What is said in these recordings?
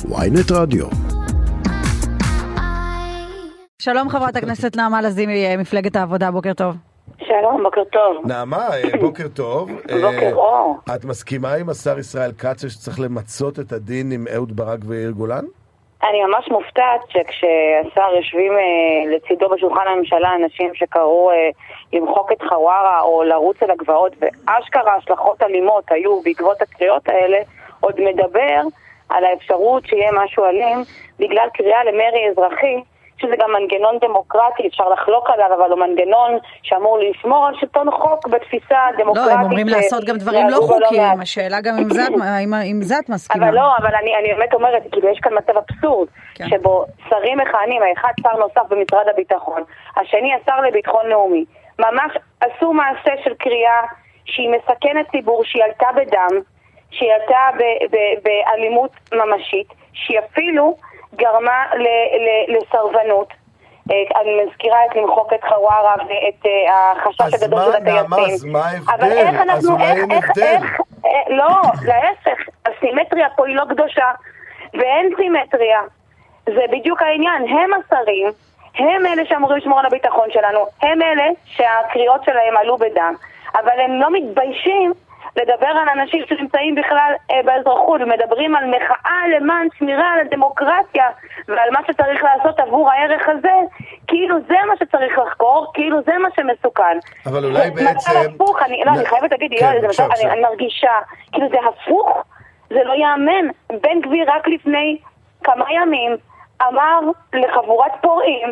ynet רדיו. שלום חברת הכנסת נעמה לזימי, מפלגת העבודה, בוקר טוב. שלום, בוקר טוב. נעמה, בוקר טוב. בוקר אור. את מסכימה עם השר ישראל כץ שצריך למצות את הדין עם אהוד ברק ויאיר גולן? אני ממש מופתעת שכשהשר יושבים לצידו בשולחן הממשלה אנשים שקראו למחוק את חווארה או לרוץ אל הגבעות, ואשכרה השלכות אלימות היו בעקבות הקריאות האלה, עוד מדבר על האפשרות שיהיה משהו אלים בגלל קריאה למרי אזרחי, שזה גם מנגנון דמוקרטי, אפשר לחלוק עליו, אבל הוא מנגנון שאמור לשמור על שלטון חוק בתפיסה דמוקרטית. לא, הם אומרים לעשות גם דברים לא חוקיים, השאלה גם אם זה את מסכימה. אבל לא, אבל אני באמת אומרת, כאילו יש כאן מצב אבסורד, שבו שרים מכהנים, האחד שר נוסף במשרד הביטחון, השני השר לביטחון לאומי, ממש עשו מעשה של קריאה שהיא מסכנת ציבור, שהיא עלתה בדם, שהיא עלתה באלימות ממשית, שהיא אפילו גרמה לסרבנות. אני מזכירה את למחוק את חווארה ואת החשש הגדול של הטייסים. אז מה ההבדל? אז אולי אין הבדל. לא, להפך. הסימטריה פה היא לא קדושה, ואין סימטריה. זה בדיוק העניין. הם השרים, הם אלה שאמורים לשמור על הביטחון שלנו, הם אלה שהקריאות שלהם עלו בדם, אבל הם לא מתביישים לדבר על אנשים שנמצאים בכלל באזרחות, ומדברים על מחאה למען שמירה על הדמוקרטיה ועל מה שצריך לעשות עבור הערך הזה, כאילו זה מה שצריך לחקור, כאילו זה מה שמסוכן. אבל אולי בעצם... הפוך, אני חייבת להגיד, אני מרגישה, כאילו זה הפוך, זה לא יאמן. בן גביר רק לפני כמה ימים אמר לחבורת פורעים,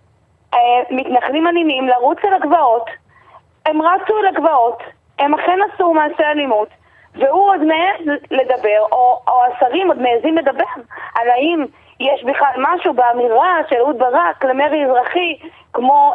מתנחלים אלימים, לרוץ אל הגבעות, הם רצו אל הגבעות, הם אכן עשו מעשה אלימות, והוא עוד מעז לדבר, או השרים עוד מעזים לדבר, על האם יש בכלל משהו באמירה של אהוד ברק למרי אזרחי, כמו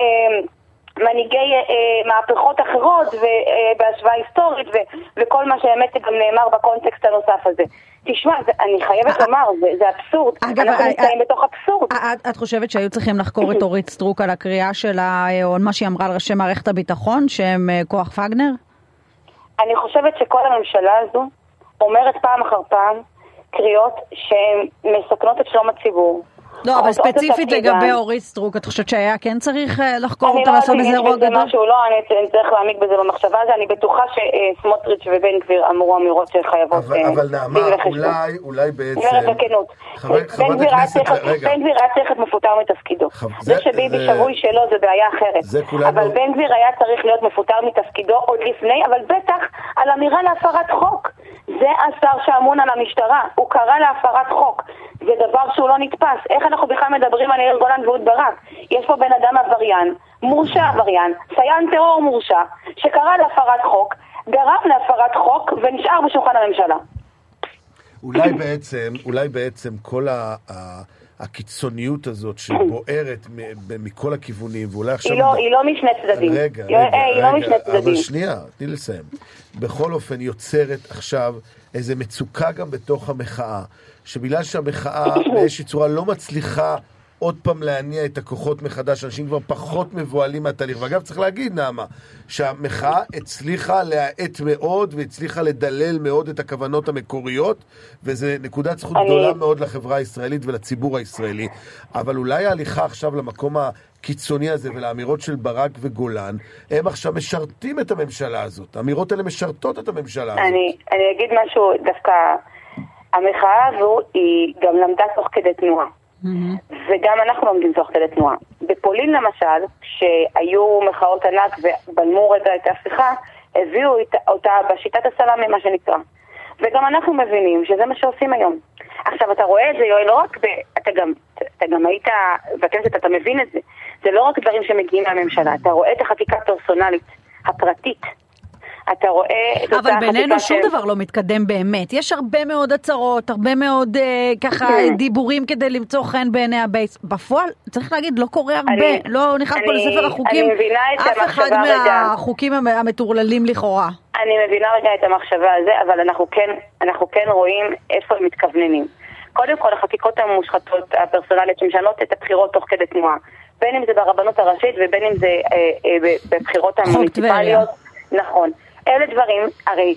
מנהיגי מהפכות אחרות, ובהשוואה היסטורית, וכל מה שבאמת גם נאמר בקונטקסט הנוסף הזה. תשמע, אני חייבת לומר, זה אבסורד. אנחנו נמצאים בתוך אבסורד. את חושבת שהיו צריכים לחקור את אורית סטרוק על הקריאה שלה, או מה שהיא אמרה על ראשי מערכת הביטחון, שהם כוח פגנר? אני חושבת שכל הממשלה הזו אומרת פעם אחר פעם קריאות שהן מסכנות את שלום הציבור. לא, אבל ספציפית לגבי אורית סטרוק, את חושבת שהיה כן צריך לחקור אותה לעשות בזה אירוע גדול? אני צריך להעמיק בזה במחשבה הזו, אני בטוחה שסמוטריץ' ובן גביר אמרו אמירות שחייבות אבל נעמה, אולי בעצם... בן גביר היה צריך להיות מפוטר מתפקידו. זה שביבי שבוי שלו זה בעיה אחרת. אבל בן גביר היה צריך להיות מפוטר מתפקידו עוד לפני, אבל בטח על אמירה להפרת חוק. זה השר שאמון על המשטרה, הוא קרא להפרת חוק. זה דבר שהוא לא נתפס. איך אנחנו בכלל מדברים על יאיר גולן ואהוד ברק? יש פה בן אדם עבריין, מורשע עבריין, סייען טרור מורשע, שקרא להפרת חוק, גרם להפרת חוק ונשאר בשולחן הממשלה. אולי בעצם כל הקיצוניות הזאת שבוערת מכל הכיוונים, ואולי עכשיו... היא לא משני צדדים. רגע, אבל שנייה, תני לסיים. בכל אופן יוצרת עכשיו איזו מצוקה גם בתוך המחאה, שבגלל שהמחאה באיזושהי צורה לא מצליחה עוד פעם להניע את הכוחות מחדש, אנשים כבר פחות מבועלים מהתהליך. ואגב, צריך להגיד, נעמה, שהמחאה הצליחה להאט מאוד, והצליחה לדלל מאוד את הכוונות המקוריות, וזה נקודת זכות גדולה מאוד לחברה הישראלית ולציבור הישראלי. אבל אולי ההליכה עכשיו למקום הקיצוני הזה, ולאמירות של ברק וגולן, הם עכשיו משרתים את הממשלה הזאת. האמירות האלה משרתות את הממשלה הזאת. אני אגיד משהו, דווקא המחאה הזו היא גם למדה תוך כדי תנועה. וגם אנחנו לומדים תוך כדי תנועה. בפולין למשל, שהיו מחאות ענק ובלמו רגע את ההפיכה, הביאו אותה בשיטת הסלאמי, מה שנקרא. וגם אנחנו מבינים שזה מה שעושים היום. עכשיו אתה רואה את זה, יואל, לא רק אתה גם היית בכנסת, אתה מבין את זה. זה לא רק דברים שמגיעים מהממשלה, אתה רואה את החקיקה הפרסונלית, הפרטית. אתה רואה... אבל בינינו שום דבר לא מתקדם באמת. יש הרבה מאוד הצהרות, הרבה מאוד ככה דיבורים כדי למצוא חן בעיני הבייס. בפועל, צריך להגיד, לא קורה הרבה. לא נכנס פה לספר החוקים. אף אחד מהחוקים המטורללים לכאורה. אני מבינה רגע את המחשבה הזה, אבל אנחנו כן רואים איפה הם מתכווננים. קודם כל, החקיקות המושחתות הפרסונליות שמשנות את הבחירות תוך כדי תנועה. בין אם זה ברבנות הראשית ובין אם זה בבחירות המוניציפליות. נכון. אלה דברים, הרי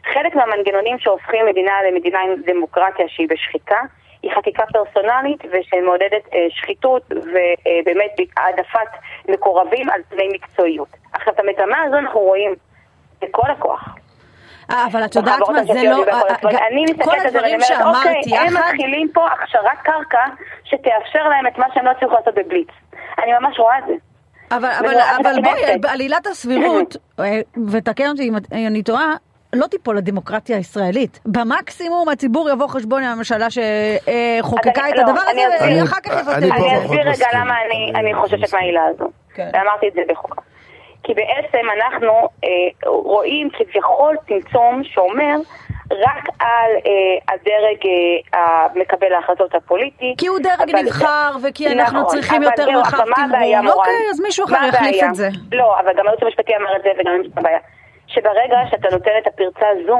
חלק מהמנגנונים שהופכים מדינה למדינה עם דמוקרטיה שהיא בשחיקה, היא חקיקה פרסונלית ושמעודדת שחיתות ובאמת העדפת מקורבים על פני מקצועיות. עכשיו, את המגמה הזו אנחנו רואים בכל הכוח. אבל את יודעת מה, זה לא... כל הדברים שאמרתי, הם מתחילים פה הכשרת קרקע שתאפשר להם את מה שהם לא צריכו לעשות בבליץ. אני ממש רואה את זה. אבל בואי, בעלילת הסבירות, ותקן אותי אם אני טועה, לא תיפול לדמוקרטיה הישראלית. במקסימום הציבור יבוא חשבון עם הממשלה שחוקקה את הדבר הזה, ואחר כך יבטל. אני אסביר רגע למה אני חוששת מהעילה הזו. ואמרתי את זה בחוק. כי בעצם אנחנו רואים כביכול צמצום שאומר רק על הדרג המקבל ההחלטות הפוליטי. כי הוא דרג נבחר וכי אנחנו צריכים יותר מרחב תמרון. אוקיי, אז מישהו אחר יחליף את זה. לא, אבל גם הייעוץ המשפטי אמר את זה וגם יש הבעיה. שברגע שאתה נותן את הפרצה הזו,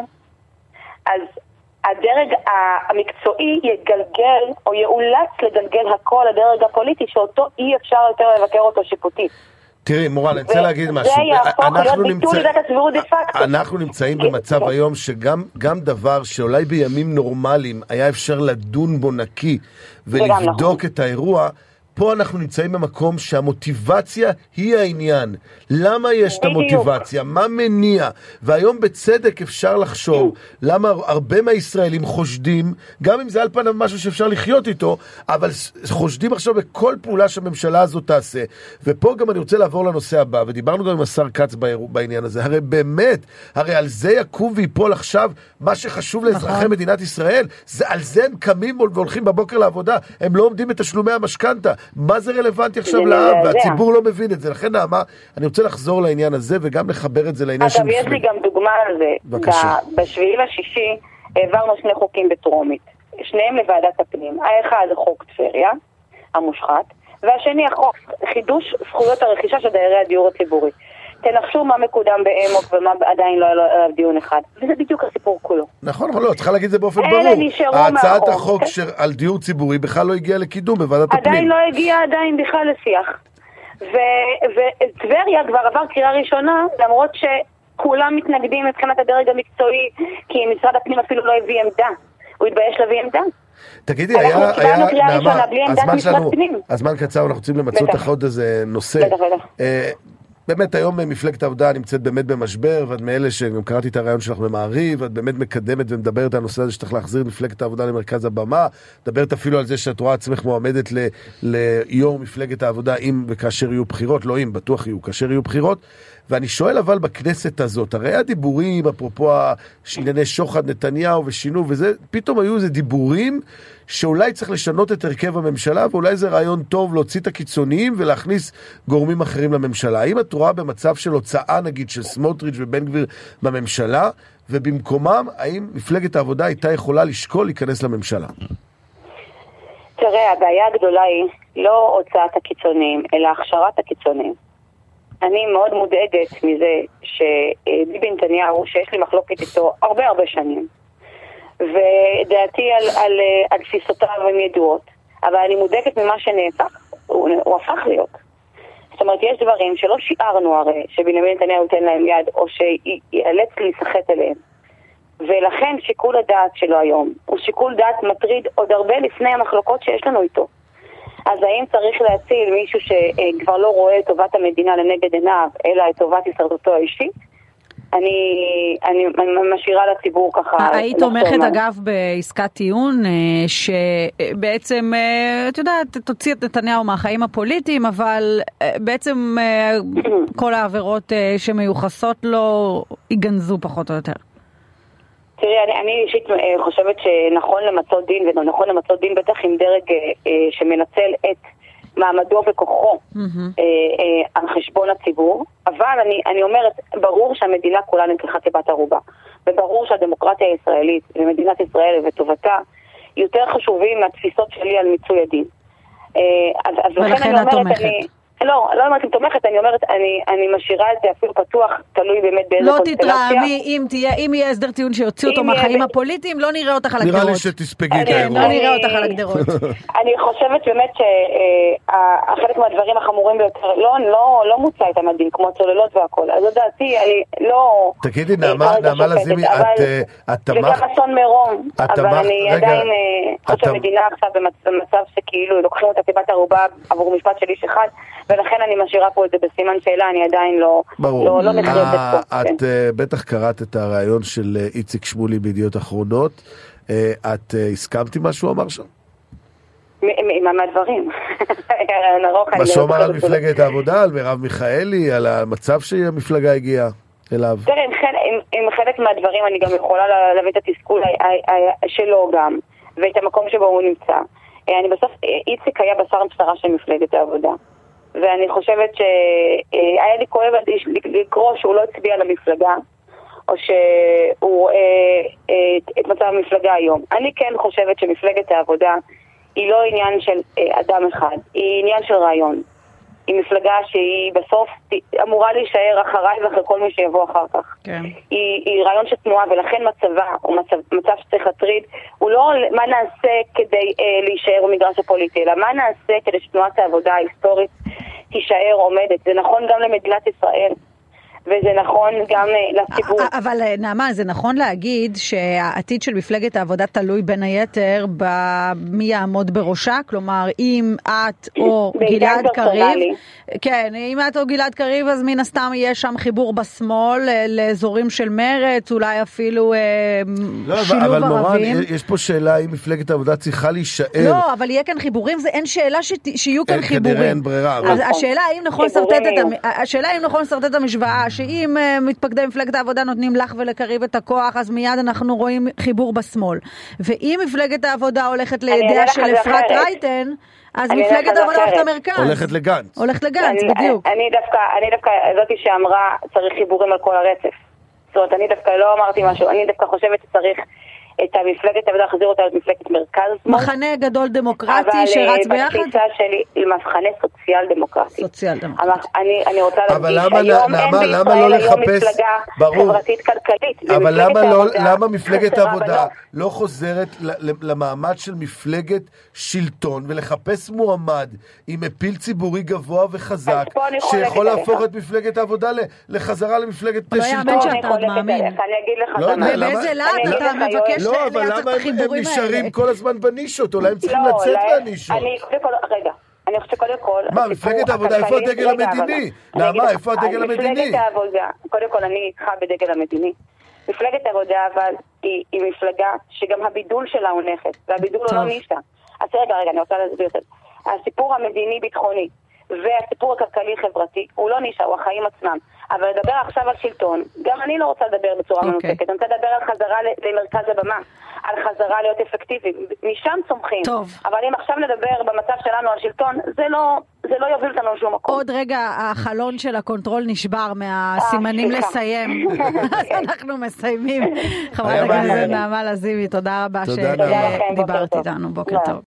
אז הדרג המקצועי יגלגל או יאולץ לגלגל הכל לדרג הפוליטי, שאותו אי אפשר יותר לבקר אותו שיפוטית. תראי, מורן, אני רוצה להגיד משהו. זה יהפוך להיות ביטול לדת הסבירות דה פקטו. אנחנו נמצאים במצב היום שגם דבר שאולי בימים נורמליים היה אפשר לדון בו נקי ולבדוק את האירוע, פה אנחנו נמצאים במקום שהמוטיבציה היא העניין. למה יש את המוטיבציה? מה מניע? והיום בצדק אפשר לחשוב למה הרבה מהישראלים חושדים, גם אם זה על פניו משהו שאפשר לחיות איתו, אבל חושדים עכשיו בכל פעולה שהממשלה הזאת תעשה. ופה גם אני רוצה לעבור לנושא הבא, ודיברנו גם עם השר קץ בעניין הזה. הרי באמת, הרי על זה יקום ויפול עכשיו מה שחשוב לאזרחי מדינת ישראל. על זה הם קמים והולכים בבוקר לעבודה. הם לא עומדים בתשלומי המשכנתה. מה זה רלוונטי עכשיו לעם? והציבור לא מבין את זה. לכן נעמה, אני רוצה לחזור לעניין הזה וגם לחבר את זה לעניין של... אגב, יש לי גם דוגמה על זה. בבקשה. ב7.6 העברנו 2 חוקים בטרומית. שניהם לוועדת הפנים. האחד זה חוק טבריה, המושחת, והשני החוק חידוש זכויות הרכישה של דיירי הדיור הציבורי. תנחשו מה מקודם באמוק ומה עדיין לא היה דיון אחד. וזה בדיוק הסיפור כולו. נכון, לא, צריכה להגיד את זה באופן ברור. הצעת החוק על דיור ציבורי בכלל לא הגיעה לקידום בוועדת הפנים. עדיין לא הגיעה בכלל לשיח. וטבריה כבר עבר קריאה ראשונה, למרות שכולם מתנגדים מבחינת הדרג המקצועי, כי משרד הפנים אפילו לא הביא עמדה. הוא התבייש להביא עמדה. תגידי, נעמה, הזמן קצר, אנחנו רוצים למצוא לך עוד איזה נושא. באמת היום מפלגת העבודה נמצאת באמת במשבר, ואת מאלה שגם קראתי את הרעיון שלך במעריב, ואת באמת מקדמת ומדברת על הנושא הזה שצריך להחזיר מפלגת העבודה למרכז הבמה, מדברת אפילו על זה שאת רואה עצמך מועמדת ליו"ר מפלגת העבודה אם וכאשר יהיו בחירות, לא אם, בטוח יהיו, כאשר יהיו בחירות, ואני שואל אבל בכנסת הזאת, הרי הדיבורים, אפרופו ענייני שוחד נתניהו ושינו וזה, פתאום היו איזה דיבורים שאולי צריך לשנות את הרכב הממשלה, ואולי זה רעיון טוב להוציא את הקיצוניים ולהכניס גורמים אחרים לממשלה. האם את רואה במצב של הוצאה, נגיד, של סמוטריץ' ובן גביר בממשלה, ובמקומם, האם מפלגת העבודה הייתה יכולה לשקול להיכנס לממשלה? תראה, הבעיה הגדולה היא לא הוצאת הקיצוניים, אלא הכשרת הקיצוניים. אני מאוד מודאגת מזה שביבי נתניהו, שיש לי מחלוקת איתו הרבה שנים, ודעתי על תפיסותיו הן ידועות, אבל אני מודאגת ממה שנהפך, הוא הפך להיות. זאת אומרת, יש דברים שלא שיערנו הרי, שבנימין נתניהו ייתן להם יד, או שיאלץ להיסחט אליהם. ולכן שיקול הדעת שלו היום, הוא שיקול דעת מטריד עוד הרבה לפני המחלוקות שיש לנו איתו. אז האם צריך להציל מישהו שכבר לא רואה את טובת המדינה לנגד עיניו, אלא את טובת הישרדותו האישית? אני משאירה לציבור ככה... היית תומכת אגב בעסקת טיעון, שבעצם, את יודעת, תוציא את נתניהו מהחיים הפוליטיים, אבל בעצם כל העבירות שמיוחסות לו ייגנזו פחות או יותר. תראי, אני אישית חושבת שנכון למצות דין, ונכון למצות דין בטח עם דרג שמנצל את מעמדו וכוחו על חשבון הציבור, אבל אני אומרת, ברור שהמדינה כולה נלקחה כבת ערובה, וברור שהדמוקרטיה הישראלית ומדינת ישראל וטובתה יותר חשובים מהתפיסות שלי על מיצוי הדין. אז לכן אני אומרת, לא אומרת אם תומכת, אני אומרת, אני משאירה את זה אפילו פתוח, תלוי באמת באיזה קונסטלציה. לא תתרעמי, אם יהיה הסדר טיעון שיוציא אותו מהחיים הפוליטיים, לא נראה אותך על הגדרות. נראה לי שתספגי את האירוע. לא נראה אותך על הגדרות. אני חושבת באמת שהחלק מהדברים החמורים ביותר, לא מוצא את המדהים, כמו צוללות והכל. אז לדעתי, אני לא... תגידי, נעמה לזימי, את תמכת... וגם אסון מירון, אבל אני עדיין חושבת שהמדינה עכשיו במצב שכאילו לוקחים אותה כבת ערובה עבור משפט של איש אחד, ולכן אני משאירה פה את זה בסימן שאלה, אני עדיין לא נחרדת פה. את בטח קראת את הרעיון של איציק שמולי בידיעות אחרונות, את הסכמת עם מה שהוא אמר שם? מהדברים. מה שהוא אמר על מפלגת העבודה, על מרב מיכאלי, על המצב שהמפלגה הגיעה אליו? תראה, עם חלק מהדברים אני גם יכולה להביא את התסכול שלו גם, ואת המקום שבו הוא נמצא. אני בסוף, איציק היה בשר מבשרה של מפלגת העבודה. ואני חושבת שהיה לי כואב לקרוא שהוא לא הצביע למפלגה, או שהוא רואה את מצב המפלגה היום. אני כן חושבת שמפלגת העבודה היא לא עניין של אדם אחד, היא עניין של רעיון. היא מפלגה שהיא בסוף אמורה להישאר אחריי ואחרי כל מי שיבוא אחר כך. כן. היא רעיון של תנועה, ולכן מצבה הוא מצב שצריך להטריד. הוא לא מה נעשה כדי להישאר במגרש הפוליטי, אלא מה נעשה כדי שתנועת העבודה ההיסטורית תישאר עומדת. זה נכון גם למדינת ישראל. וזה נכון גם לציבור. אבל נעמה, זה נכון להגיד שהעתיד של מפלגת העבודה תלוי בין היתר במי יעמוד בראשה? כלומר, אם את או גלעד קריב, כן, אם את או גלעד קריב, אז מן הסתם יהיה שם חיבור בשמאל לאזורים של מרץ, אולי אפילו שילוב ערבים. אבל מורן, יש פה שאלה אם מפלגת העבודה צריכה להישאר. לא, אבל יהיה כאן חיבורים, אין שאלה שיהיו כאן חיבורים. כנראה אין ברירה. השאלה האם נכון לסרטט את המשוואה, שאם מתפקדי מפלגת העבודה נותנים לך ולקריב את הכוח, אז מיד אנחנו רואים חיבור בשמאל. ואם מפלגת העבודה הולכת לידיה של אפרת רייטן, אז מפלגת העבודה הולכת למרכז. הולכת לגנץ. הולכת לגנץ, בדיוק. אני דווקא זאתי שאמרה צריך חיבורים על כל הרצף. זאת אומרת, אני דווקא לא אמרתי משהו, אני דווקא חושבת שצריך את המפלגת העבודה להחזיר אותה למפלגת מרכז. מחנה גדול דמוקרטי שרץ ביחד? אבל בתפיסה שלי, למחנה סוציאל דמוקרטי. סוציאל דמוקרטי. אני רוצה להגיד שהיום אין בישראל היום מפלגה חברתית כלכלית. אבל למה מפלגת העבודה לא חוזרת למעמד של מפלגת שלטון ולחפש מועמד עם מפיל ציבורי גבוה וחזק שיכול להפוך את מפלגת העבודה לחזרה למפלגת שלטון? לא יאמן שאתה עוד מאמין. אני אגיד לך באיזה לעד אתה מבקש לא, אבל למה הם נשארים כל הזמן בנישות? אולי הם צריכים לצאת מהנישות. רגע, אני חושבת שקודם כל... מה, מפלגת העבודה, איפה הדגל המדיני? למה, איפה הדגל המדיני? מפלגת העבודה, קודם כל אני איתך בדגל המדיני. מפלגת העבודה אבל היא מפלגה שגם הבידול שלה הוא נכס, והבידול הוא לא נישה. אז רגע, אני רוצה להסביר את זה. הסיפור המדיני-ביטחוני והסיפור הכלכלי-חברתי הוא לא נישה, הוא החיים עצמם. אבל לדבר עכשיו על שלטון, גם אני לא רוצה לדבר בצורה מנותקת. אני רוצה לדבר על חזרה למרכז הבמה, על חזרה להיות אפקטיביים. משם צומחים. טוב. אבל אם עכשיו נדבר במצב שלנו על שלטון, זה לא יוביל אותנו לשום מקום. עוד רגע החלון של הקונטרול נשבר מהסימנים לסיים. אז אנחנו מסיימים. חברת הכנסת נעמה לזימי, תודה רבה שדיברת איתנו. בוקר טוב.